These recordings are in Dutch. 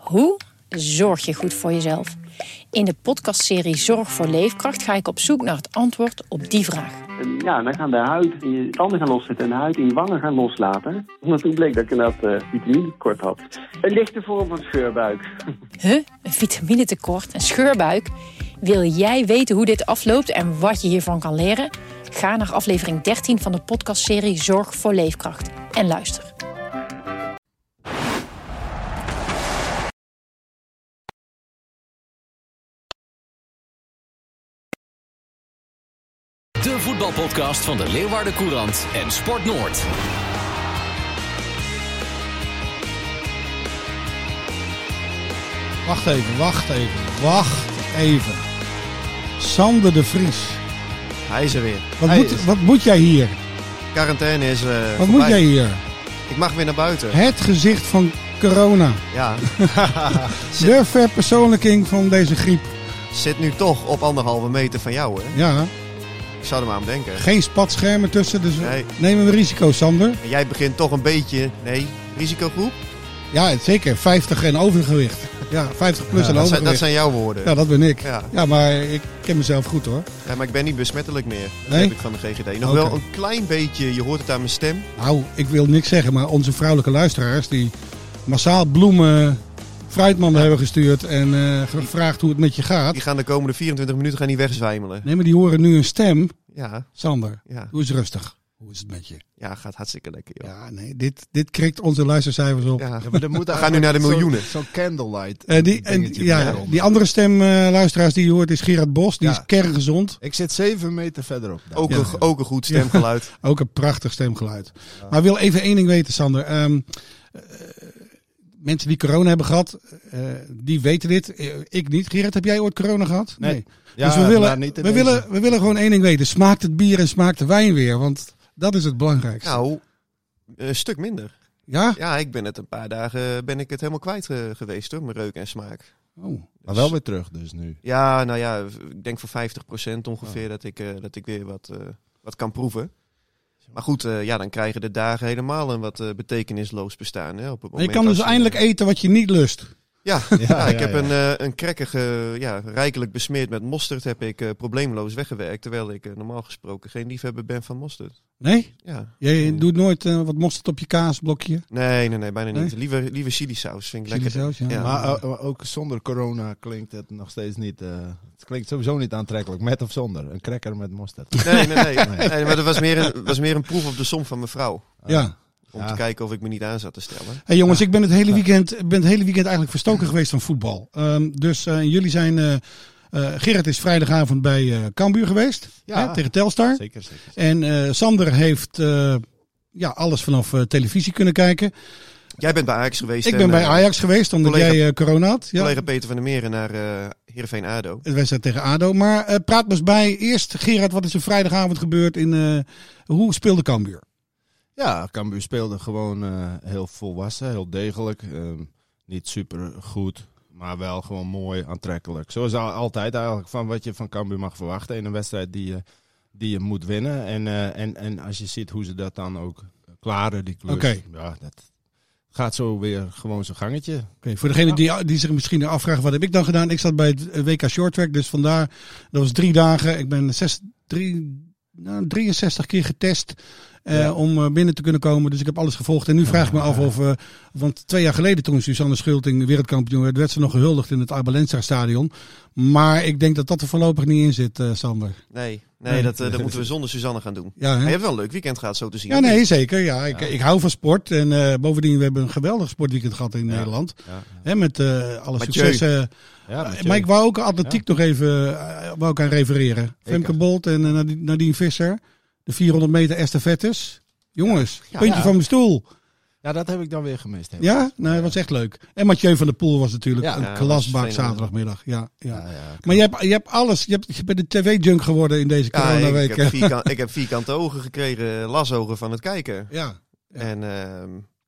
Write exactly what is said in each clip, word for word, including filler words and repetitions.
Hoe zorg je goed voor jezelf? In de podcastserie Zorg voor Leefkracht ga ik op zoek naar het antwoord op die vraag. En ja, dan gaan de huid in je tanden gaan loszetten en de huid in je wangen gaan loslaten. Omdat toen bleek dat ik inderdaad uh, vitaminetekort had. Een lichte vorm van scheurbuik. Huh? Een vitaminetekort? Een scheurbuik? Wil jij weten hoe dit afloopt en wat je hiervan kan leren? Ga naar aflevering dertien van de podcastserie Zorg voor Leefkracht en luister. De voetbalpodcast van de Leeuwarden Courant en Sport Noord. Wacht even, wacht even, wacht even. Sander de Vries. Hij is er weer. Wat, Hij moet, is. wat moet jij hier? Quarantaine is uh, Wat voorbij. moet jij hier? Ik mag weer naar buiten. Het gezicht van corona. Ja. De verpersoonlijking van deze griep. Zit nu toch op anderhalve meter van jou, hè? Ja, Ik zou er maar aan denken. geen spatschermen tussen, dus Nee. nemen we risico, Sander. En jij begint toch een beetje... Nee, risicogroep? Ja, zeker. vijftig en overgewicht. Ja, vijftig plus Ja, en dat, zijn, overgewicht. dat zijn jouw woorden. Ja, dat ben ik. Ja. Ja, maar ik ken mezelf goed hoor. Ja, maar ik ben niet besmettelijk meer. Dat Nee? heb ik van de G G D. Nog Oké. wel een klein beetje, je hoort het aan mijn stem. Nou, ik wil niks zeggen, maar onze vrouwelijke luisteraars die massaal bloemen, fruitmanden Ja. hebben gestuurd en uh, gevraagd hoe het met je gaat. Die gaan de komende vierentwintig minuten gaan die wegzwijmelen. Nee, maar die horen nu een stem. Ja, Sander, ja. doe eens rustig. Hoe is het met je? Ja, gaat hartstikke lekker, joh. Ja, nee, dit, dit krikt onze luistercijfers op. Ja. Ja, maar er moet We gaan nu naar de miljoenen. Zo'n zo candlelight. En die, en, dingetje ja, eronder. die andere stem, uh, luisteraars die je hoort, is Gerard Bos. Die Ja. is kerngezond. Ik zit zeven meter verderop. daar. Ook, Ja. een, ook een goed stemgeluid. Ook een prachtig stemgeluid. Maar ik wil even één ding weten, Sander. Um, uh, mensen die corona hebben gehad, uh, die weten dit. Uh, ik niet. Gerard, heb jij ooit corona gehad? Nee. Ja, dus we maar willen, niet in we, deze. willen, we willen gewoon één ding weten. Smaakt het bier en smaakt de wijn weer? Want dat is het belangrijkste. Nou, een stuk minder. Ja? Ja, ik ben het een paar dagen ben ik het helemaal kwijt uh, geweest hoor, mijn reuk en smaak. Oh. Maar wel weer terug dus nu. Ja, nou ja, ik denk voor vijftig procent ongeveer oh. dat, ik, uh, dat ik weer wat, uh, wat kan proeven. Maar goed, uh, ja, dan krijgen de dagen helemaal een wat uh, betekenisloos bestaan. Hè, op het moment Je kan dus je, eindelijk eten wat je niet lust. Ja, ja, Ja, ja, ik ja, heb ja. een, uh, een cracker ge, ja, rijkelijk besmeerd met mosterd heb ik uh, probleemloos weggewerkt. Terwijl ik uh, normaal gesproken geen liefhebber ben van mosterd. Nee? Ja. Jij doet nooit uh, wat mosterd op je kaasblokje? Nee, nee, nee, bijna Nee? niet. Liever, liever chilisaus vind ik lekker. Chilisaus, ja. Ja. Maar uh, ook zonder corona klinkt het nog steeds niet... Uh, het klinkt sowieso niet aantrekkelijk. Met of zonder. Een cracker met mosterd. Nee, nee, nee. nee. nee maar dat was meer, een, was meer een proef op de som van mijn vrouw. Ja. Om Ja. te kijken of ik me niet aan zat te stellen. Hey jongens, ik ben het hele weekend, ben het hele weekend eigenlijk verstoken geweest van voetbal. Um, dus uh, jullie zijn... Uh, uh, Gerrit is vrijdagavond bij uh, Cambuur geweest. Ja. Hè, tegen Telstar. Zeker, zeker. zeker. En uh, Sander heeft uh, ja, alles vanaf uh, televisie kunnen kijken. Jij bent bij Ajax geweest. Ik en, ben bij uh, Ajax geweest, omdat collega- jij uh, corona had. Ja, Collega Peter van der Meren naar uh, Heerenveen ADO. de wedstrijd tegen ADO. Maar uh, praat me eens bij. Eerst, Gerard, wat is er vrijdagavond gebeurd? In, uh, hoe speelde Cambuur? Ja, Cambuur speelde gewoon uh, heel volwassen, heel degelijk. Uh, niet super goed, maar wel gewoon mooi, aantrekkelijk. Zoals al, altijd eigenlijk van wat je van Cambuur mag verwachten in een wedstrijd die je, die je moet winnen. En, uh, en, en als je ziet hoe ze dat dan ook klaren, die klus. Oké. Ja, dat gaat zo weer gewoon zijn gangetje. Okay, voor degene die, die zich misschien afvragen, wat heb ik dan gedaan? Ik zat bij het W K Shorttrack, dus vandaar, dat was drie dagen. Ik ben zes, drie, nou, drieënzestig keer getest. Uh, ja. Om uh, binnen te kunnen komen. Dus ik heb alles gevolgd. En nu vraag ik me af of... Uh, want twee jaar geleden toen Suzanne Schulting wereldkampioen werd... werd ze nog gehuldigd in het Abelensra stadion. Maar ik denk dat dat er voorlopig niet in zit, uh, Sander. Nee, nee, Nee. Dat, uh, dat moeten we zonder Suzanne gaan doen. Ja, hè? Maar je hebt wel een leuk weekend gehad, zo te zien. Ja, nee, zeker. Ja, ik, ja. ik hou van sport. En uh, bovendien, we hebben een geweldig sportweekend gehad in Ja. Nederland. Ja, ja. Hè, met uh, alle Mathieu. successen. Ja, Uh, maar ik wou ook atletiek ja. nog even uh, wou ik aan refereren. Femke Bolt en uh, Nadine Visser. De vierhonderd meter estafettes. Jongens, Ja, puntje ja. van mijn stoel. Ja, dat heb ik dan weer gemist. Hè. Ja? Nee, dat was echt leuk. En Mathieu van der Poel was natuurlijk Ja. een Ja, klasbak was fenomenaal. zaterdagmiddag. Ja, ja. Ja, ja, Maar je hebt, je hebt alles. Je, hebt, je bent een tv-junk geworden in deze Ja, coronaweek. ik, heb vierkant, ik heb vierkante ogen gekregen, lasogen van het kijken. Ja. Ja. En uh,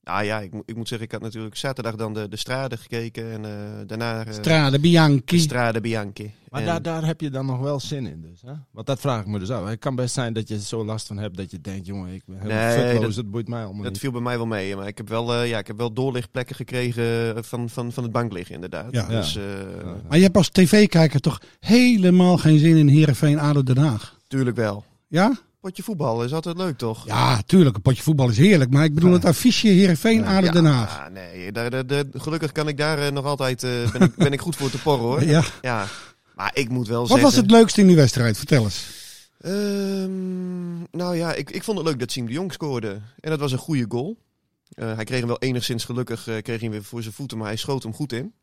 Nou ja, ik, mo- ik moet zeggen, ik had natuurlijk zaterdag dan de, de Strade gekeken en uh, daarna uh, Strade Bianchi. de Strade Bianchi. Maar En- daar, daar heb je dan nog wel zin in dus, hè? Want dat vraag ik me dus af. Het kan best zijn dat je er zo last van hebt dat je denkt, jongen, ik ben helemaal Nee, futloos, dat- dat boeit mij allemaal Dat niet. viel bij mij wel mee, maar ik heb wel, uh, ja, ik heb wel doorlichtplekken gekregen van, van, van het bankliggen inderdaad. Ja. Dus uh, Ja. Maar je hebt als tv-kijker toch helemaal geen zin in Heerenveen A D O Den Haag? tuurlijk wel. Ja? Potje voetbal is altijd leuk, toch? Ja, tuurlijk. Een potje voetbal is heerlijk. Maar ik bedoel Ja. het affiche Heerenveen A D O Den Haag. Ja, nee, daar, daar, daar- gelukkig kan ik daar uh, nog altijd, uh, ben, ik, ben ik goed voor te porren hoor. Ja. Ja, maar ik moet wel Wat zeggen... was het leukste in die wedstrijd? Vertel eens. Ehm, nou ja, ik, ik vond het leuk dat Siem de Jong scoorde. En dat was een goede goal. Uh, hij kreeg hem wel enigszins gelukkig, uh, kreeg hij hem weer voor zijn voeten, maar hij schoot hem goed in.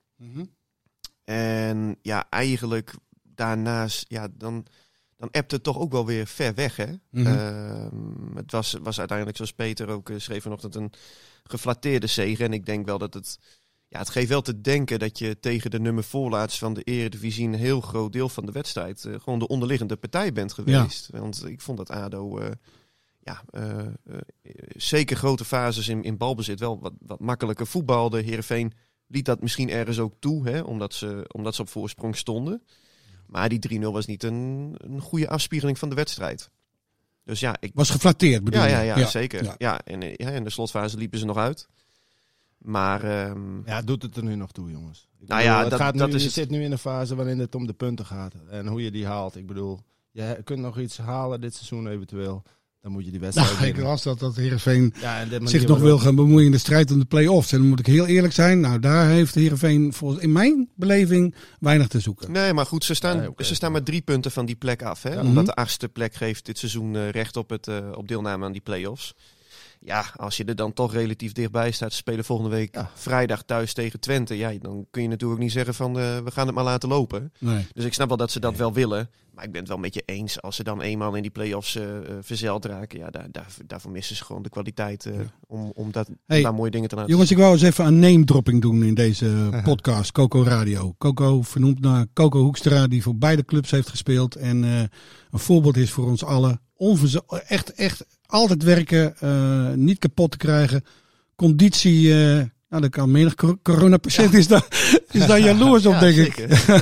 En ja, eigenlijk daarnaast, ja, dan, dan appt het toch ook wel weer ver weg, hè. Mhm. Ehm, het was, was uiteindelijk, zoals Peter ook uh, schreef vanochtend, een geflatteerde zege. En ik denk wel dat het... Ja, het geeft wel te denken dat je tegen de nummer voorlaatst van de Eredivisie een heel groot deel van de wedstrijd uh, gewoon de onderliggende partij bent geweest. Want ik vond dat A D O uh, ja, uh, uh, zeker grote fases in, in balbezit wel wat, wat makkelijker voetbalde. Heerenveen liet dat misschien ergens ook toe, hè, omdat, ze, omdat ze op voorsprong stonden. Maar die drie nul was niet een, een goede afspiegeling van de wedstrijd. Dus ja, ik... Was geflatteerd bedoel Ja, je? ja, ja, zeker. Ja. Ja, en uh, ja, in de slotfase liepen ze nog uit. Maar... ehm, Ja, doet het er nu nog toe, jongens? Ik Nou bedoel, ja, het dat- gaat dat nu, is je het. zit nu in een fase waarin het om de punten gaat. En hoe je die haalt. Ik bedoel, je kunt nog iets halen dit seizoen eventueel. Dan moet je die wedstrijd Nou, ik winnen. las dat, dat Heerenveen Ja, en de manier zich nog waarop- wil gaan bemoeien in de strijd om de play-offs. En dan moet ik heel eerlijk zijn. Nou, daar heeft Heerenveen volgens in mijn beleving weinig te zoeken. Nee, maar goed, ze staan, Nee, oké. ze staan maar drie punten van die plek af. Hè? Ja. Omdat Mhm. de achtste plek geeft dit seizoen uh, recht op, het, uh, op deelname aan die play-offs. Ja, als je er dan toch relatief dichtbij staat, ze spelen volgende week Ja. vrijdag thuis tegen Twente. Ja, dan kun je natuurlijk niet zeggen van uh, we gaan het maar laten lopen. Nee. Dus ik snap wel dat ze dat wel willen. Maar ik ben het wel met je eens. Als ze dan eenmaal in die play-offs uh, uh, verzeild raken, ja, daar, daar, daarvoor missen ze gewoon de kwaliteit uh, om, om dat, Hey, daar mooie dingen te laten Jongens, ik wou eens even een name dropping doen in deze podcast. Coco Radio. Coco vernoemd naar Coco Hoekstra, die voor beide clubs heeft gespeeld. En uh, een voorbeeld is voor ons allen. Onverzo- echt, echt altijd werken. Uh, niet kapot te krijgen. Conditie. Uh, nou, dat kan menig cor- coronapatiënt is daar, is daar jaloers op, Ja, denk ik. zeker.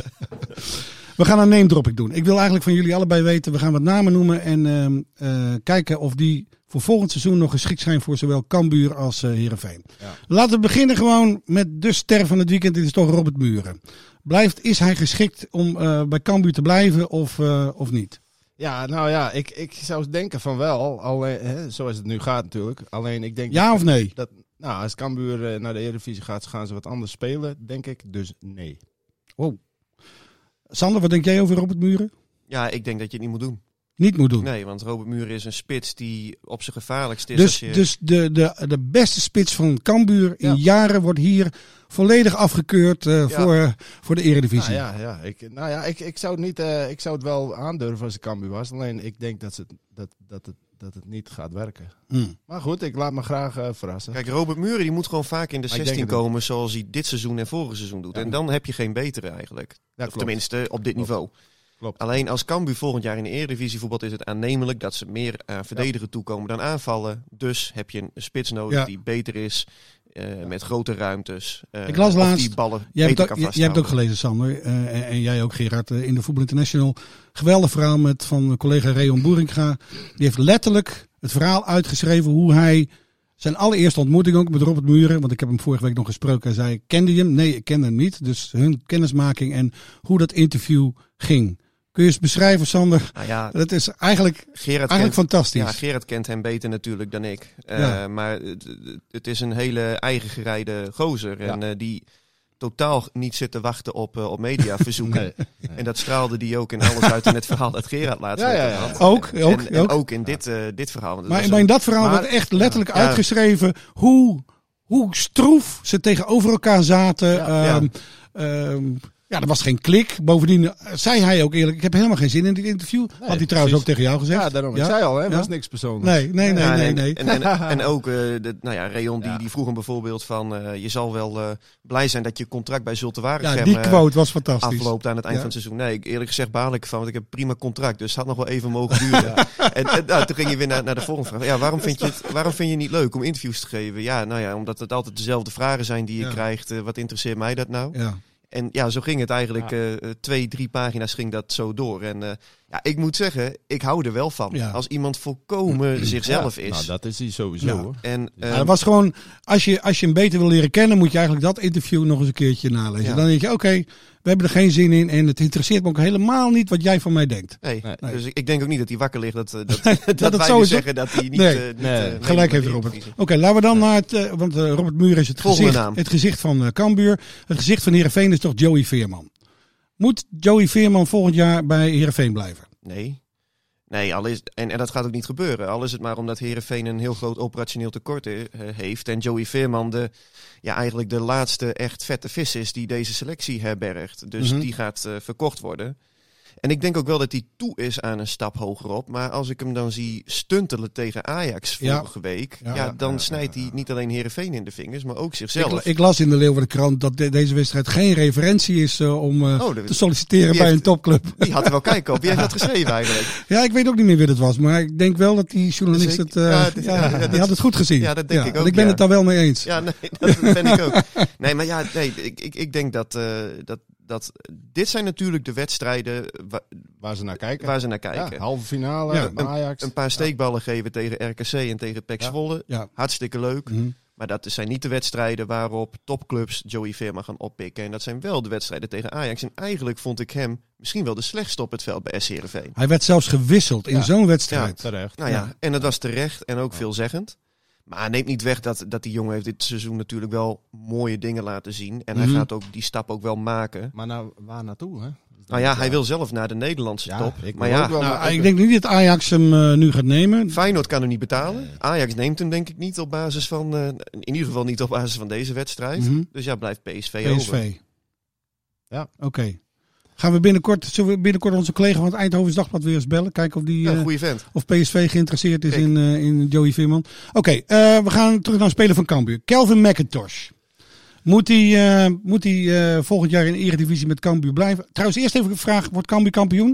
We gaan een name dropping doen. Ik wil eigenlijk van jullie allebei weten. We gaan wat namen noemen. En uh, uh, kijken of die voor volgend seizoen nog geschikt zijn voor zowel Cambuur als uh, Heerenveen. Ja. Laten we beginnen gewoon met de ster van het weekend. Dit is toch Robert Muren. Blijft, is hij geschikt om uh, bij Cambuur te blijven of, uh, of niet? Ja, nou ja, ik, ik zou denken van wel. Alleen, hè, zoals het nu gaat natuurlijk. Alleen ik denk... Ja dat, of nee? Dat, nou, als Cambuur uh, naar de Eredivisie gaat, gaan ze wat anders spelen, denk ik. Dus nee. Wow. Sander, wat denk jij over Robert Muren? Ja, ik denk dat je het niet moet doen. Niet moet doen. Nee, want Robert Muren is een spits die op zijn gevaarlijkst is. Dus, als je... dus de, de, de beste spits van Cambuur in Ja. jaren wordt hier volledig afgekeurd uh, Ja. voor, voor de Eredivisie. Nou ja, ja, ik, nou ja ik, ik, zou het niet, uh, ik zou het wel aandurven als ik Cambuur was. Alleen ik denk dat, ze, dat, dat, het, dat het niet gaat werken. Hmm. Maar goed, ik laat me graag uh, verrassen. Kijk, Robert Muren die moet gewoon vaak in de Maar ik zestien denk het komen zoals hij dit seizoen en vorig seizoen doet. Ja. En dan heb je geen betere eigenlijk. Ja, Of klopt. tenminste, op dit Klopt. niveau. Klopt. Alleen als Cambuur volgend jaar in de Eredivisie voetbalt is het aannemelijk dat ze meer aan verdedigen toekomen dan aanvallen. Dus heb je een spits nodig Ja. die beter is, uh, met grote ruimtes. Uh, Ik las of laatst- die ballen Jij hebt, beter ook, kan jij- jij hebt ook vasthouden. gelezen, Sander. Uh, en, en jij ook, Gerard, uh, in de Voetbal International. Geweldig verhaal met, van collega Reon Boeringa. Die heeft letterlijk het verhaal uitgeschreven hoe hij... Zijn allereerste ontmoeting ook met Robert Muren. Want ik heb hem vorige week nog gesproken. Hij zei, kende je hem? Nee, ik kende hem niet. Dus hun kennismaking en hoe dat interview ging. Kun je eens beschrijven, Sander? Nou ja, Dat is eigenlijk, Gerard eigenlijk kent, fantastisch. ja, Gerard kent hem beter natuurlijk dan ik. Uh, Ja. Maar het, het is een hele eigen gereide gozer. Ja. En uh, die totaal niet zit te wachten op, uh, op mediaverzoeken. Nee, nee. En dat straalde die ook in alles uit in het verhaal dat Gerard laatst Ja, net ja, ja. had. Ook, ook, en, en ook. ook in dit, uh, dit verhaal. Want het Maar, was maar in een- dat verhaal maar- werd echt letterlijk Ja. uitgeschreven hoe, hoe stroef ze tegenover elkaar zaten. Ja. Ehm, ehm, Ja, er was geen klik. Bovendien uh, zei hij ook eerlijk, ik heb helemaal geen zin in dit interview. Nee, had hij trouwens ook tegen jou gezegd. Ja, daarom. Ja? Ik zei al, hè, ja? was niks persoonlijks. Nee, nee, nee, ja, nee. en, nee. En, en, en ook, uh, de, nou ja, Rayon die, Ja. die vroeg hem bijvoorbeeld van, uh, je zal wel uh, blij zijn dat je contract bij Zulte Waregem Ja, die uh, quote was fantastisch. afloopt aan het eind Ja. van het seizoen. Nee, ik, eerlijk gezegd baal ik ervan, want ik heb een prima contract. Dus het had nog wel even mogen duren. en en nou, toen ging je weer naar, naar de volgende vraag. Ja, waarom vind je het, waarom vind je het niet leuk om interviews te geven? Ja, nou ja, omdat het altijd dezelfde vragen zijn die je Ja. krijgt. Uh, wat interesseert mij dat nou? Ja. En ja, zo ging het eigenlijk. Ja. Uh, twee, drie pagina's ging dat zo door. En uh, ja, ik moet zeggen, ik hou er wel van. Ja. Als iemand volkomen zichzelf Ja, is. Nou, dat is hij sowieso. Ja. Hoor. En, Ja, uh, dat was gewoon, als je, als je hem beter wil leren kennen, moet je eigenlijk dat interview nog eens een keertje nalezen. Ja. Dan denk je, oké, okay, we hebben er geen zin in en het interesseert me ook helemaal niet wat jij van mij denkt. nee, Nee. dus ik, ik denk ook niet dat hij wakker ligt. Dat, uh, dat, dat, het wij zo nu is, zeggen dat hij niet... Nee. uh, niet Nee. uh, Gelijk nee, heeft nee, Robert. nee. Oké, laten we dan naar het, uh, want uh, Robert Muur is het Volgende gezicht, naam. het gezicht van uh, Cambuur. Het gezicht van Heerenveen is toch Joey Veerman. Moet Joey Veerman volgend jaar bij Heerenveen blijven? Nee. Nee, al is, en, en dat gaat ook niet gebeuren. Al is het maar omdat Heerenveen een heel groot operationeel tekort uh, heeft. En Joey Veerman de, ja, eigenlijk de laatste echt vette vis is die deze selectie herbergt. Dus Mm-hmm. die gaat uh, verkocht worden. En ik denk ook wel dat hij toe is aan een stap hogerop. Maar als ik hem dan zie stuntelen tegen Ajax Ja. vorige week. Ja. Ja, dan Ja, snijdt ja, hij ja. niet alleen Heerenveen in de vingers, maar ook zichzelf. Ik, ik las in de Leeuwardenkrant dat de, deze wedstrijd geen referentie is uh, om uh, Oh, de- te solliciteren die bij heeft- een topclub. Die had er wel kijken op. Wie heeft dat geschreven eigenlijk? Ja, ik weet ook niet meer wie dat was, maar ik denk wel dat die journalist Dus ik- het, uh, ja, ja, dit- ja, die dat- had het goed gezien. Ja, dat denk ik want ook, Ik ben ja. het daar wel mee eens. Ja, nee, dat ben ik ook. Nee, maar ja, nee, ik, ik, ik denk dat, uh, dat, dat... Dit zijn natuurlijk de wedstrijden wa- Waar ze naar kijken. waar ze naar kijken. Ja, halve finale, Ja. Ajax. Een paar steekballen geven tegen R K C en tegen P E C Ja. Zwolle. Ja. Hartstikke leuk. Mhm. Maar dat zijn niet de wedstrijden waarop topclubs Joey Veerman gaan oppikken. En dat zijn wel de wedstrijden tegen Ajax. En eigenlijk vond ik hem misschien wel de slechtste op het veld bij S C Heerenveen. Hij werd zelfs gewisseld in Ja. zo'n wedstrijd. Terecht. Nou ja, Ja. en dat was terecht en ook veelzeggend. Maar neemt niet weg dat, dat die jongen heeft dit seizoen natuurlijk wel mooie dingen laten zien. En Mhm. hij gaat ook die stap ook wel maken. Maar nou, waar naartoe, hè? Nou ja, hij wil zelf naar de Nederlandse Ja, top. ik Maar wil ja, ook wel Nou, naar- ik denk niet dat Ajax hem uh, nu gaat nemen. Feyenoord kan hem niet betalen. Ajax neemt hem denk ik niet op basis van... Uh, in ieder geval niet op basis van deze wedstrijd. Mhm. Dus ja, blijft P S V, P S V. over. Ja. Oké. Okay. Gaan we binnenkort, zullen we binnenkort onze collega van het Eindhovens Dagblad weer eens bellen? Kijken of, die, Ja, uh, goede vent. of P S V geïnteresseerd is Kijk. in, uh, in Joey Veerman. Oké, okay, uh, we gaan terug naar een speler van Cambuur. Kelvin McIntosh. Moet hij, uh, moet hij uh, volgend jaar in de Eredivisie met Cambuur blijven? Trouwens, eerst even een vraag. Wordt Cambuur kampioen?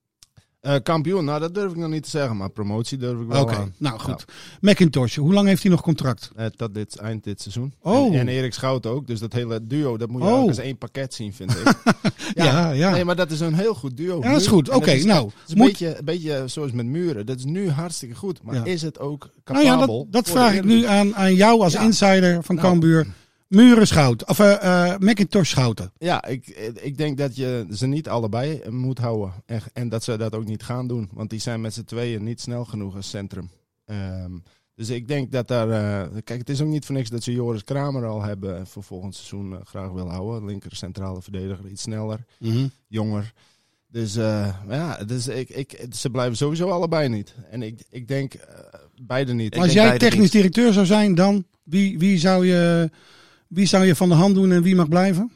Uh, kampioen, nou dat durf ik nog niet te zeggen, maar promotie durf ik wel Oké, aan. nou goed. McIntosh, hoe lang heeft hij nog contract? Uh, tot dit, eind dit seizoen. Oh. En, en Erik Schout ook, dus dat hele duo, dat moet je Oh. ook als één pakket zien, vind ik. Ja, ja. Nee, maar dat is een heel goed duo. Ja, dat is goed. En Oké, dat is- nou, Het is een moet- beetje, een beetje zoals met Muren. Dat is nu hartstikke goed, maar Ja. is het ook Nou capabel? ja, dat, dat voor de vraag ik nu Eredivisie? aan, aan jou als Ja. insider van Nou. Cambuur. Muren Schouten, of uh, uh, McIntosh Schouten. Ja, ik, ik denk dat je ze niet allebei moet houden. En, en dat ze dat ook niet gaan doen. Want die zijn met z'n tweeën niet snel genoeg als centrum. Um, dus ik denk dat daar... Uh, kijk, het is ook niet voor niks dat ze Joris Kramer al hebben voor volgend seizoen uh, graag willen houden. Linker centrale verdediger, iets sneller, Mm-hmm. jonger. Dus uh, ja, dus ik, ik, ze blijven sowieso allebei niet. En ik, ik denk uh, beide niet. Ik Als denk jij beide technisch niet. directeur zou zijn, dan wie, wie, zou je, wie zou je van de hand doen en wie mag blijven?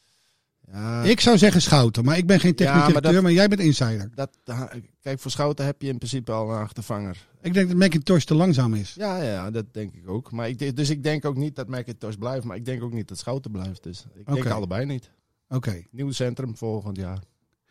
Ja, Ik zou zeggen Schouten, maar ik ben geen technisch Ja, maar directeur, maar, dat- jij bent insider. dat, kijk, voor Schouten heb je in principe al een achtervanger. Ik denk dat McIntosh te langzaam is. Ja, ja, dat denk ik ook. Maar ik, denk- dus ik denk ook niet dat McIntosh blijft. Maar ik denk ook niet dat Schouten blijft. Dus ik denk Oké. allebei niet. Oké. Okay. Nieuw centrum volgend jaar.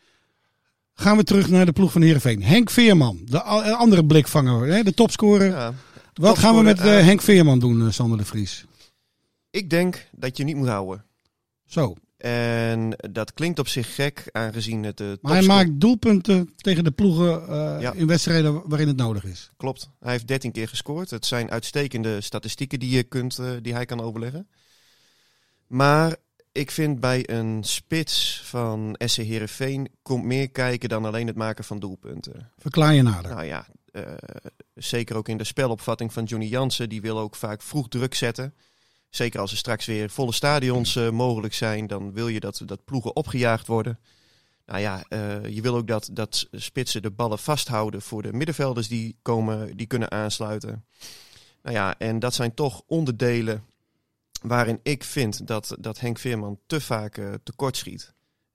Gaan we terug naar de ploeg van Heerenveen. Henk Veerman, de a- andere blikvanger, hè, de topscorer. Ja. Wat gaan we met Topscorer, uh, uh, Henk Veerman doen, uh, Sander de Vries? Ik denk dat je niet moet houden. Zo. En dat klinkt op zich gek, aangezien het... Uh, Maar hij maakt doelpunten tegen de ploegen uh, Ja. in wedstrijden waarin het nodig is. Klopt. Hij heeft dertien keer gescoord. Het zijn uitstekende statistieken die, je kunt, uh, die hij kan overleggen. Maar ik vind bij een spits van S C Heerenveen komt meer kijken dan alleen het maken van doelpunten. Verklaar je nader. Nou ja, uh, zeker ook in de spelopvatting van Johnny Jansen. Die wil ook vaak vroeg druk zetten. Zeker als er straks weer volle stadions uh, mogelijk zijn. Dan wil je dat, dat ploegen opgejaagd worden. Nou ja, uh, je wil ook dat, dat spitsen de ballen vasthouden voor de middenvelders die, komen, die kunnen aansluiten. Nou ja, en dat zijn toch onderdelen waarin ik vind dat, dat Henk Veerman te vaak uh, tekort schiet.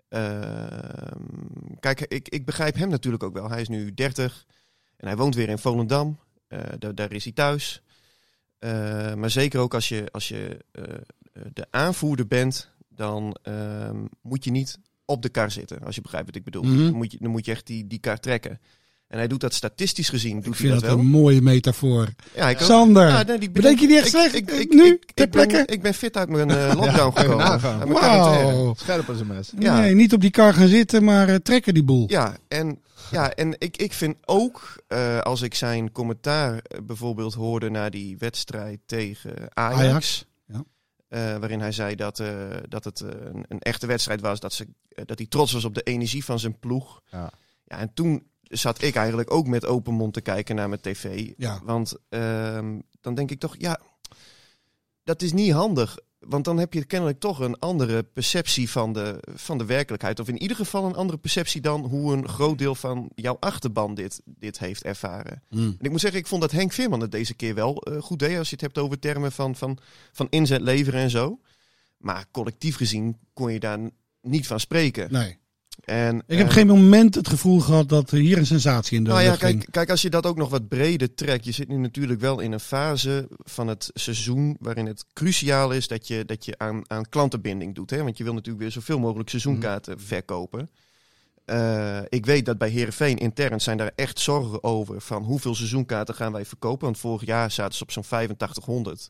Uh, kijk, ik, ik begrijp hem natuurlijk ook wel. Hij is nu dertig en hij woont weer in Volendam. Uh, daar, daar is hij thuis. Uh, maar zeker ook als je, als je uh, de aanvoerder bent, dan uh, moet je niet op de kar zitten. Als je begrijpt wat ik bedoel. Mm-hmm. Dan, moet je, dan moet je echt die, die kar trekken. En hij doet dat statistisch gezien. Doet ik vind hij dat, dat wel. een mooie metafoor. Ja, ik Sander, ja, nee, die, bedenk je die echt ik, slecht? Ik, ik, nu, ik, ter ik, ben, plekke? ik ben fit uit mijn uh, lockdown Ja, gekomen. nagaan. Uit mijn quarantaine. Wauw. Scherp als een mes. Ja. Nee, niet op die kar gaan zitten, maar uh, trekken die boel. Ja, en, ja, en ik, ik vind ook, uh, als ik zijn commentaar uh, bijvoorbeeld hoorde naar die wedstrijd tegen Ajax. Ajax. Ja. Uh, waarin hij zei dat, uh, dat het uh, een, een echte wedstrijd was. Dat, ze, uh, dat hij trots was op de energie van zijn ploeg. Ja. Ja, en toen zat ik eigenlijk ook met open mond te kijken naar mijn tv. Ja. Want uh, dan denk ik toch, ja, dat is niet handig. Want dan heb je kennelijk toch een andere perceptie van de, van de werkelijkheid. Of in ieder geval een andere perceptie dan hoe een groot deel van jouw achterban dit, dit heeft ervaren. Mm. En ik moet zeggen, ik vond dat Henk Veerman het deze keer wel uh, goed deed. Als je het hebt over termen van, van, van inzet leveren en zo. Maar collectief gezien kon je daar niet van spreken. Nee. En, Ik heb uh, geen moment het gevoel gehad dat er hier een sensatie in de nou ja, lucht ging. kijk, kijk, als je dat ook nog wat breder trekt. Je zit nu natuurlijk wel in een fase van het seizoen waarin het cruciaal is dat je, dat je aan, aan klantenbinding doet. Hè? Want je wil natuurlijk weer zoveel mogelijk seizoenkaarten mm. verkopen. Uh, ik weet dat bij Heerenveen intern zijn daar echt zorgen over van hoeveel seizoenkaarten gaan wij verkopen. Want vorig jaar zaten ze op zo'n vijfentachtighonderd.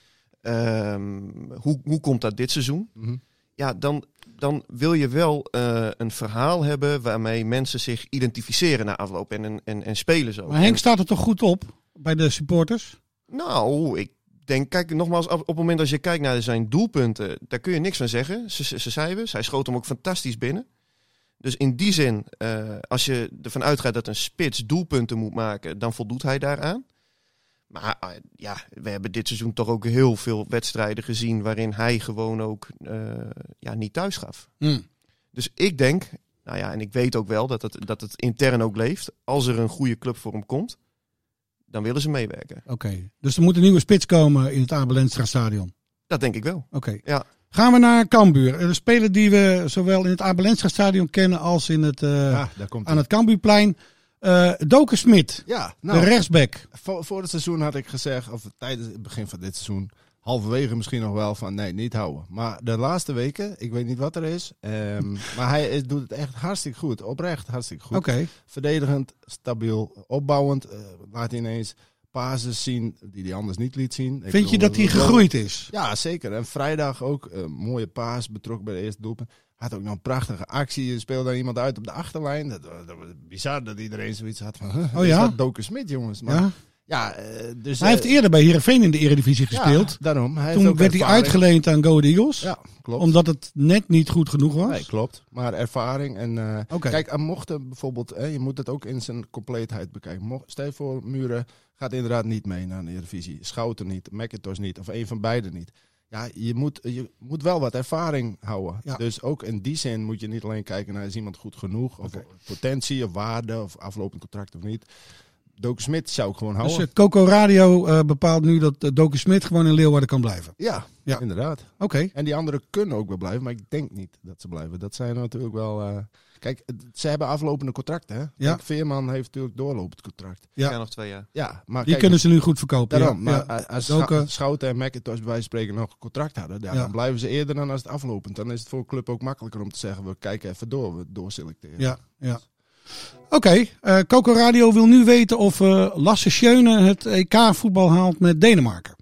Um, hoe, hoe komt dat dit seizoen? Mm-hmm. Ja, dan, dan wil je wel uh, een verhaal hebben waarmee mensen zich identificeren na afloop en, en, en, en spelen zo. Maar Henk en, staat er toch goed op bij de supporters? Nou, ik denk, kijk, nogmaals, op het moment als je kijkt naar zijn doelpunten, daar kun je niks van zeggen. Ze, ze, ze cijfers, hij schoot hem ook fantastisch binnen. Dus in die zin, uh, als je ervan uitgaat dat een spits doelpunten moet maken, dan voldoet hij daaraan. Maar uh, ja, we hebben dit seizoen toch ook heel veel wedstrijden gezien waarin hij gewoon ook uh, ja, niet thuis gaf. Mm. Dus ik denk, nou ja, en ik weet ook wel dat het, dat het intern ook leeft. Als er een goede club voor hem komt, dan willen ze meewerken. Oké, okay. Dus er moet een nieuwe spits komen in het Abel Enstra stadion? Dat denk ik wel. Oké. Okay. Ja. Gaan we naar Cambuur. Een speler die we zowel in het Abel Enstra stadion kennen als in het, uh, ja, daar komt aan het Cambuurplein. Uh, Doken Smit, ja, nou, de rechtsback. Voor, voor het seizoen had ik gezegd, of tijdens het begin van dit seizoen, halverwege misschien nog wel van nee, niet houden. Maar de laatste weken, ik weet niet wat er is, um, maar hij is, doet het echt hartstikke goed. Oprecht hartstikke goed. Okay. Verdedigend, stabiel, opbouwend. Uh, laat hij ineens pases zien die hij anders niet liet zien. Ik Vind bedoel, je dat hij gegroeid is? Ja, zeker. En vrijdag ook een uh, mooie paas, betrokken bij de eerste doelpunt. Had ook nog een prachtige actie. Je speelde daar iemand uit op de achterlijn. Dat, dat was bizar dat iedereen zoiets had van... Huh, oh ja? Is dat Doken Smit, jongens? Maar, ja. ja uh, dus, hij uh, heeft eerder bij Heerenveen in de Eredivisie gespeeld. Ja, daarom. Hij Toen heeft werd ervaring. hij uitgeleend aan Go Ahead Eagles. Ja, klopt. Omdat het net niet goed genoeg was. Nee, klopt. Maar ervaring. En uh, okay. Kijk, er mochten bijvoorbeeld... Eh, je moet het ook in zijn compleetheid bekijken. Mocht, stel je voor, Muren gaat inderdaad niet mee naar de Eredivisie. Schouten niet, McIntosh niet. Of een van beiden niet. Ja, je moet, je moet wel wat ervaring houden. Ja. Dus ook in die zin moet je niet alleen kijken naar is iemand goed genoeg. Of okay. potentie of waarde of aflopend contract of niet. Doken Smit zou ik gewoon houden. Dus uh, Coco Radio uh, bepaalt nu dat uh, Doken Smit gewoon in Leeuwarden kan blijven? Ja, ja. inderdaad. Oké. Okay. En die anderen kunnen ook wel blijven, maar ik denk niet dat ze blijven. Dat zijn natuurlijk wel... Uh, kijk, ze hebben aflopende contracten. Hè? Ja. Kijk, Veerman heeft natuurlijk doorlopend contract. Ja, ja nog twee jaar. Ja, maar die kijk, kunnen ze nu goed verkopen. Daarom, ja. maar ja. als Doken... Schouten en McIntosh bij wijze van spreken nog een contract hadden, ja, ja. dan blijven ze eerder dan als het aflopend. Dan is het voor een club ook makkelijker om te zeggen, we kijken even door, we doorselecteren. Ja, ja. Oké, okay, uh, Coco Radio wil nu weten of uh, Lasse Schöne het E K-voetbal haalt met Denemarken.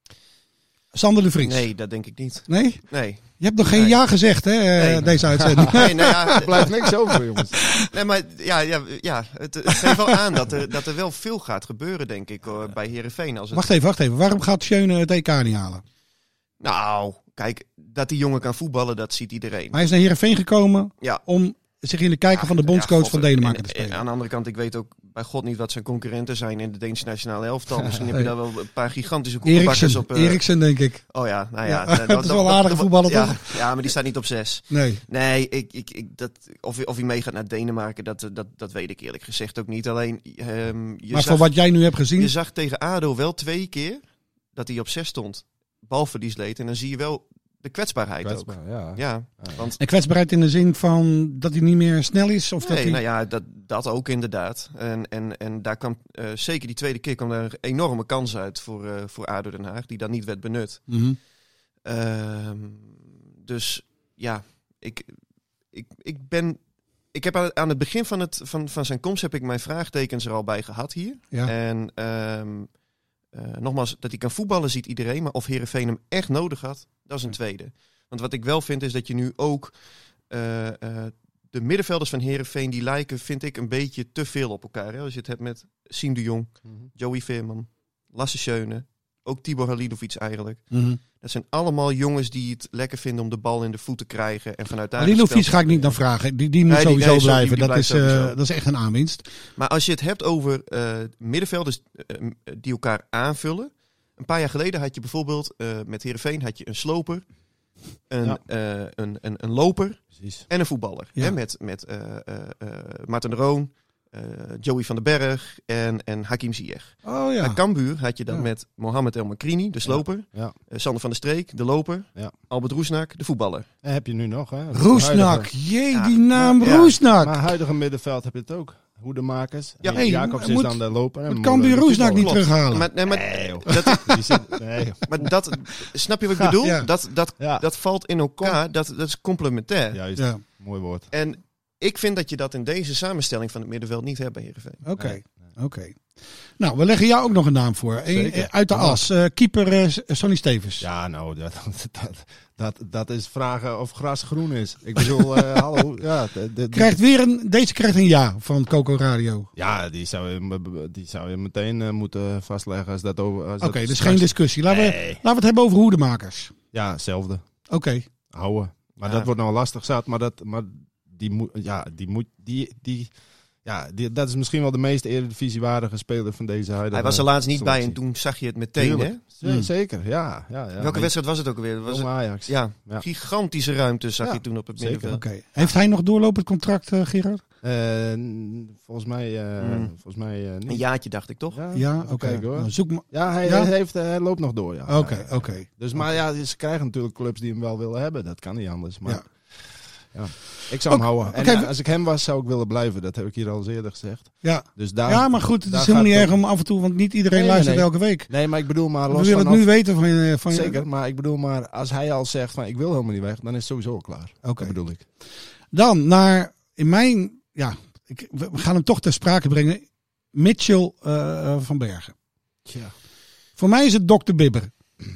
Sander de Vries. Nee, dat denk ik niet. Nee? Nee. Je hebt nog geen nee. ja gezegd, hè, nee. deze uitzending. Nee, nou ja, er blijft niks over, jongens. Nee, maar ja, ja, ja het, het geeft wel aan dat er, dat er wel veel gaat gebeuren, denk ik, hoor, bij Heerenveen. Als het... Wacht even, wacht even. Waarom gaat Schöne het E K niet halen? Nou, kijk, dat die jongen kan voetballen, dat ziet iedereen. Maar hij is naar Heerenveen gekomen ja. om zich in de kijker ja, van de bondscoach ja, God, van Denemarken en, te spelen. En aan de andere kant, ik weet ook bij God niet wat zijn concurrenten zijn in de Deense nationale elftal. Misschien heb je daar wel een paar gigantische koekenbakkers op. Uh... Eriksen, denk ik. Oh ja, nou ja. ja dat, dat is wel een aardige voetballer, ja, toch? Ja, maar die staat niet op zes. Nee. Nee, ik, ik, ik, dat, of, of hij meegaat naar Denemarken, dat, dat, dat weet ik eerlijk gezegd ook niet. Alleen, um, je maar zag, voor wat jij nu hebt gezien... Je zag tegen ADO wel twee keer dat hij op zes stond. Balverlies leed. En dan zie je wel de kwetsbaarheid Kwetsbaar, ook. ja. Ja, Ja. want En kwetsbaarheid in de zin van dat hij niet meer snel is? Of dat nee, hij... nou ja, dat, dat ook inderdaad. En, en, en daar kwam uh, zeker die tweede keer kwam daar een enorme kans uit voor, uh, voor A D O Den Haag, die dan niet werd benut. Mm-hmm. Uh, dus ja, ik, ik, ik ben. Ik heb aan het begin van, het, van, van zijn komst heb ik mijn vraagtekens er al bij gehad hier. Ja. En um, uh, nogmaals, dat hij kan voetballen ziet iedereen. Maar of Heerenveen hem echt nodig had, dat is een tweede. Want wat ik wel vind is dat je nu ook uh, uh, de middenvelders van Heerenveen, die lijken, vind ik, een beetje te veel op elkaar. Hè? Als je het hebt met Siem de Jong, Mm-hmm. Joey Veerman, Lasse Schöne, ook Tibor Halilovic eigenlijk. Mm-hmm. Dat zijn allemaal jongens die het lekker vinden om de bal in de voet te krijgen. En vanuit daar Halilovic ga ik niet naar vragen. Die, die moet Nee, die- sowieso nee, zo- blijven. die- die dat, is, blijft uh, sowieso. dat is echt een aanwinst. Maar als je het hebt over uh, middenvelders uh, die elkaar aanvullen. Een paar jaar geleden had je bijvoorbeeld uh, met Heerenveen had je een sloper, een, Ja. uh, een, een, een loper Precies. en een voetballer. Ja. Hè? Met, met uh, uh, uh, Maarten de Roon, uh, Joey van den Berg en, en Hakim Ziyech. Oh ja. Bij Cambuur had je dan Ja. met Mohamed El Makrini, de sloper. Ja. Uh, Sander van der Streek, de loper. Ja. Albert Roesnak, de voetballer. En heb je nu nog, hè? Roesnak. Huidige- Jee, Ja, die naam maar- ja. Roesnak. Maar huidige middenveld heb je het ook. Hoedemakers. Ja, En hey, Jacobs moet- is dan de loper. en Moet Moller Cambuur de Roesnak niet voetballer. terughalen? Maar, nee, maar, Nee, joh. dat, Die zit, nee, joh. maar dat, snap je wat ik bedoel? Ja. Dat, dat, Ja. dat valt in elkaar, dat, dat is complementair. Juist. Ja, Mooi woord. En ik vind dat je dat in deze samenstelling van het middenveld niet hebt bij Heerenveen. oké. Nee. Oké. Nou, we leggen jou ook nog een naam voor. Een, Zeker. eh, uit de Kom maar. as. Uh, keeper uh, Sonny Stevens. Ja, nou, dat, dat, dat, dat is vragen of gras groen is. Ik bedoel, uh, hallo. Ja, de, de, Krijgt weer een, deze krijgt een ja van Coco Radio. ja, die zou je, die zou je meteen uh, moeten vastleggen als dat over. als Oké, dat dus straks- geen discussie. Laten we, Nee. laten we het hebben over hoedemakers. Ja, hetzelfde. Oké. Houden. Maar Ja. dat wordt nou lastig zat, maar dat, maar die moet, ja, die moet, die, die, ja, die, dat is misschien wel de meest eredivisiewaardige speler van deze huidige. Hij was er laatst niet bij en selectie. toen zag je het meteen. Tuurlijk. Hè? Z- Hmm. Zeker, ja, ja, ja. Welke wedstrijd was het ook alweer? Was Jong het, Ajax. ja, Ja. gigantische ruimte zag Ja, je toen op het zeker. middenveld. Oké. Heeft hij nog doorlopend contract, uh, Gerard? Eh, n- volgens mij, uh, Hmm. volgens mij uh, niet. Een jaartje dacht ik toch? Ja, Ja, even oké. kijken, hoor. Nou, zoek maar. Ja, hij, Ja? hij heeft, uh, hij loopt nog door. Ja. Oké, Ja, ja, ja. oké. Dus, maar ja, ze krijgen natuurlijk clubs die hem wel willen hebben. Dat kan niet anders. Maar Ja. ja. Ik zou hem Oké, houden. En oké, uh, we- als ik hem was, zou ik willen blijven. Dat heb ik hier al eens eerder gezegd. Ja. Dus daar, ja, maar goed, het daar is helemaal niet gaat erg om af en toe, want niet iedereen Nee, nee, luistert nee. elke week. Nee, maar ik bedoel maar We los willen van het nu of- weten van je. Van je... Zeker, maar ik bedoel maar als hij al zegt van ik wil helemaal niet weg, dan is het sowieso al klaar. Oké. Dat bedoel ik. Dan naar, in mijn, ja, ik, we we gaan hem toch ter sprake brengen. Mitchell uh, van Bergen. Tja. Voor mij is het dokter Bibber.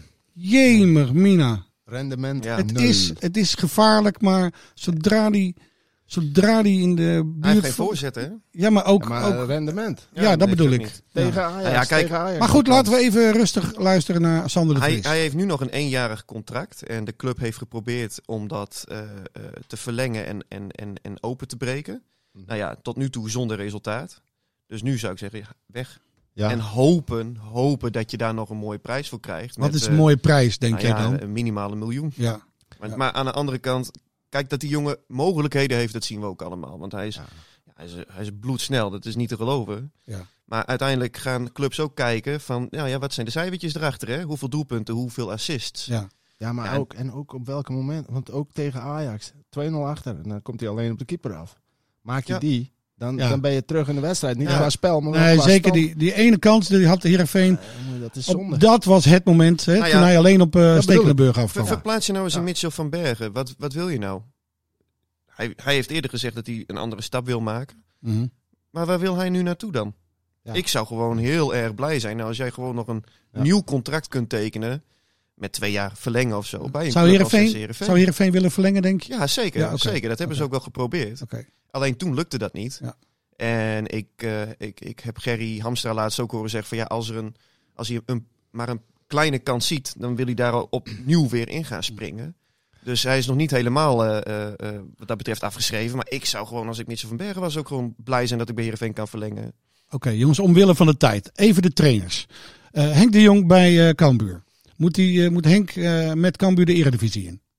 Jemer, Mina. Rendement. Ja. Het nul. is, het is gevaarlijk, maar zodra die, zodra die in de Hij buurt... heeft geen van- voorzetten, hè? Ja, maar ook... Ja, maar uh, ook rendement. ja, dat nee, bedoel ook ik. niet. Tegen Ja. Ajax. Nou ja, kijk, tegen Ajax. Maar goed, laten we even rustig luisteren naar Sander de Hij, Vries. hij heeft nu nog een eenjarig contract. En de club heeft geprobeerd om dat uh, uh, te verlengen en, en, en, en open te breken. Mhm. Nou ja, tot nu toe zonder resultaat. Dus nu zou ik zeggen, ja, weg. Ja. En hopen, hopen dat je daar nog een mooie prijs voor krijgt. Wat met, is een uh, mooie prijs, denk nou jij ja, dan? een minimale miljoen. Ja. Maar, Ja. maar aan de andere kant, kijk dat die jongen mogelijkheden heeft, dat zien we ook allemaal. Want hij is, Ja. ja, hij is, hij is bloedsnel, dat is niet te geloven. Ja. Maar uiteindelijk gaan clubs ook kijken van, ja, ja, wat zijn de cijfertjes erachter? Hè? Hoeveel doelpunten, hoeveel assists? Ja. Ja, maar Ja, en- ook, en ook op welke moment. Want ook tegen Ajax, twee nul achter. En dan komt hij alleen op de keeper af. Maak je Ja. die, dan, Ja. dan ben je terug in de wedstrijd. Niet Ja. qua spel, maar wel Nee, qua zeker stand. die, die ene kans die had de Heerenveen. Eh, dat is zonde. Op, dat was het moment hè, Nou ja, toen hij alleen op uh, bedoel Stekelenburg Ver, afkwam. verplaats je nou eens Ja. een Mitchell van Bergen. Wat, wat wil je nou? Hij, hij heeft eerder gezegd dat hij een andere stap wil maken. Mhm. Maar waar wil hij nu naartoe dan? Ja. Ik zou gewoon heel erg blij zijn nou, als jij gewoon nog een Ja. nieuw contract kunt tekenen. Met twee jaar verlengen of zo. Bij een Zou club als Heerenveen, Heerenveen. zou Heerenveen willen verlengen, denk je? Ja, zeker. Ja, oké. zeker. Dat hebben ze Oké. ook wel geprobeerd. Oké. Alleen toen lukte dat niet. Ja. En ik, uh, ik, ik heb Gerry Hamstra laatst ook horen zeggen van ja, als, er een, als hij een, maar een kleine kans ziet, dan wil hij daar al opnieuw weer in gaan springen. Dus hij is nog niet helemaal uh, uh, uh, wat dat betreft afgeschreven. Maar ik zou gewoon, als ik Mitchell van Bergen was, ook gewoon blij zijn dat ik bij Heerenveen kan verlengen. Oké, jongens, omwille van de tijd. Even de trainers. Uh, Henk de Jong bij uh, Cambuur. Moet, die, uh, moet Henk uh, met Cambuur de Eredivisie in?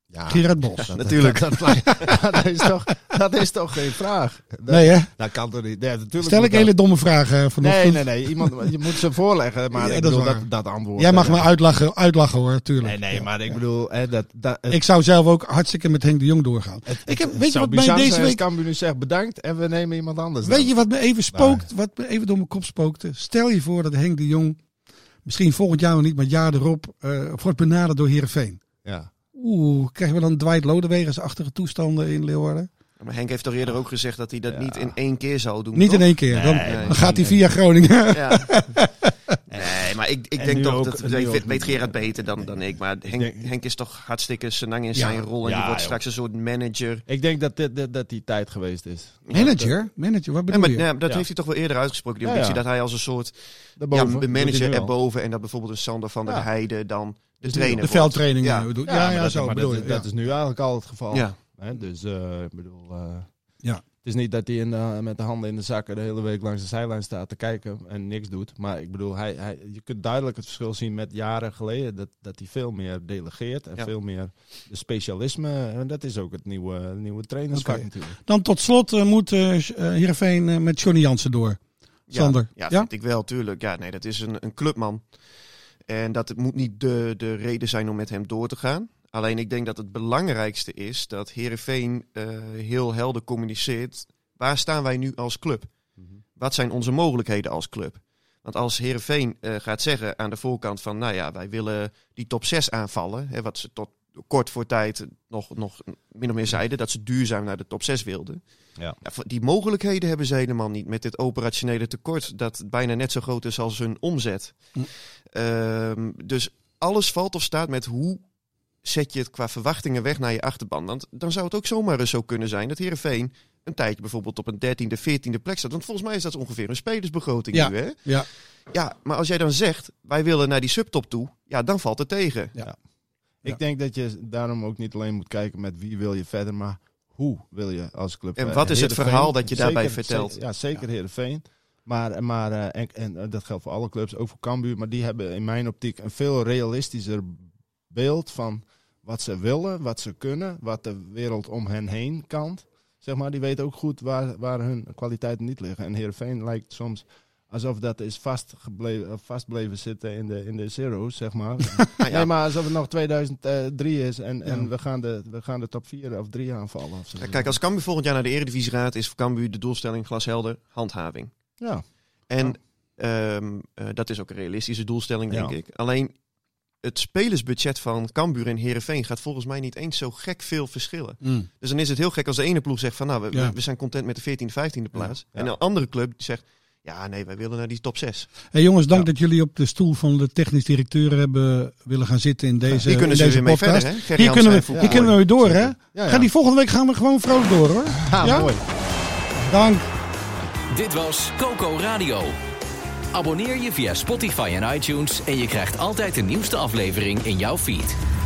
Ja, Gerard Bos. dat, natuurlijk. Dat, dat, dat, dat, is toch, dat is toch geen vraag? Dat, Nee, hè? Dat kan toch niet? Nee, natuurlijk Stel ik moet hele dat- domme vragen vanochtend. Nee, nee, nee. Iemand, je moet ze voorleggen, maar Ja, ik dat is bedoel, waar. dat, dat antwoord... Jij mag eh, me uitlachen, uitlachen hoor, tuurlijk. Nee, nee, Ja. maar ik bedoel... Hè, dat, dat, het, Ik zou zelf ook hartstikke met Henk de Jong doorgaan. het, ik heb, het weet je zou wat mij bizar deze zijn als week... Cambuur nu zegt bedankt en we nemen iemand anders Weet dan. je wat me even spookt? Wat me even door mijn kop spookte? Stel je voor dat Henk de Jong, misschien volgend jaar nog niet, maar het jaar erop, uh, wordt benaderd door Heerenveen. Ja. Oeh, krijgen we dan Dwight Lodewegens-achtige toestanden in Leeuwarden? Maar Henk heeft toch eerder ook gezegd dat hij dat Ja. niet in één keer zou doen, Niet toch? in één keer. Dan, Nee, dan gaat hij nee. via Groningen. Ja. Nee, maar ik, ik En denk nu toch ook- dat en nu weet, ook weet niet. Gerard beter dan, dan ik. Maar Henk, denk- Henk is toch hartstikke senang in Ja. zijn rol. En Ja, die wordt joh. straks een soort manager. Ik denk dat, dit, dat, dat die tijd geweest is. Manager? Manager, wat Ja, bedoel maar, je? ja, dat Ja. heeft hij toch wel eerder uitgesproken, die Ja, ambitie. ja. Dat hij als een soort Daarboven ja, doet een hij manager nu al. erboven. En dat bijvoorbeeld een Sander van der Ja. Heijden dan de Dus trainer De wordt. veldtraining. Ja. Ja, bedoel, ja, Ja, ja, maar dat, zo maar bedoel dat, je. dat ja. is nu eigenlijk al het geval. Ja. Hè, dus eh, ik bedoel... eh, Ja. Het is niet dat hij in de- met de handen in de zakken de hele week langs de zijlijn staat te kijken en niks doet. Maar ik bedoel, hij, hij, je kunt duidelijk het verschil zien met jaren geleden. Dat, dat hij veel meer delegeert en Ja. veel meer de specialisme. En dat is ook het nieuwe, nieuwe trainersvak Oké. natuurlijk. Dan tot slot uh, moet uh, Heerenveen uh, met Johnny Jansen door. Sander. Ja, ja, Ja? vind ik wel, tuurlijk. Ja, nee, dat is een, een clubman. En dat het moet niet de, de reden zijn om met hem door te gaan. Alleen ik denk dat het belangrijkste is dat Heerenveen uh, heel helder communiceert. Waar staan wij nu als club? Wat zijn onze mogelijkheden als club? Want als Heerenveen uh, gaat zeggen aan de voorkant van... nou ja, wij willen die top zes aanvallen. Hè, wat ze tot kort voor tijd nog, nog min of meer zeiden. Dat ze duurzaam naar de top zes wilden. Ja. Ja, die mogelijkheden hebben ze helemaal niet. Met dit operationele tekort dat bijna net zo groot is als hun omzet. Hm. Um, dus alles valt of staat met hoe zet je het qua verwachtingen weg naar je achterban. Want dan zou het ook zomaar eens zo kunnen zijn dat Heerenveen een tijdje bijvoorbeeld op een dertiende, veertiende plek staat. Want volgens mij is dat ongeveer een spelersbegroting Ja. nu, hè? Ja. Ja, maar als jij dan zegt, wij willen naar die subtop toe, ja, dan valt het tegen. Ja. Ik Ja. denk dat je daarom ook niet alleen moet kijken met wie wil je verder, maar hoe wil je als club. En Eh, wat is het Heerenveen, verhaal dat je daarbij zeker- vertelt? ze- Ja, zeker Heerenveen. Maar, maar eh, en, en eh, dat geldt voor alle clubs, ook voor Cambuur. Maar die hebben in mijn optiek een veel realistischer beeld van wat ze willen, wat ze kunnen, wat de wereld om hen heen kan. Zeg maar, die weten ook goed waar, waar hun kwaliteiten niet liggen. En Heerenveen lijkt soms alsof dat is vastgebleven, vastbleven zitten in de, in de zero's, zeg maar. Nou ja, Nee, maar alsof het nog tweeduizend drie is en, en Ja. we, gaan de, we gaan de top vier of drie aanvallen. Of zo. ja, kijk, als Cambuur volgend jaar naar de Eredivisie gaat, is voor Cambuur de doelstelling glashelder handhaving. Ja. En um, uh, dat is ook een realistische doelstelling, denk Ja. ik. Alleen het spelersbudget van Cambuur en Heerenveen gaat volgens mij niet eens zo gek veel verschillen. Mm. Dus dan is het heel gek als de ene ploeg zegt van nou, we, Ja. we zijn content met de veertiende, vijftiende plaats. Ja. En een andere club die zegt, ja nee, wij willen naar die top zes. Hey jongens, dank Ja. dat jullie op de stoel van de technisch directeur hebben willen gaan zitten in deze, Hier kunnen in ze deze weer mee podcast. verder, hè? Gerry Hier kunnen, we, Jansen en hier Foukeboy. kunnen we weer door, hè? Ja, ja. Gaan die volgende week gaan we gewoon vrolijk door, hoor. Ha, Ja? mooi. Dank. Dit was Coco Radio. Abonneer je via Spotify en iTunes en je krijgt altijd de nieuwste aflevering in jouw feed.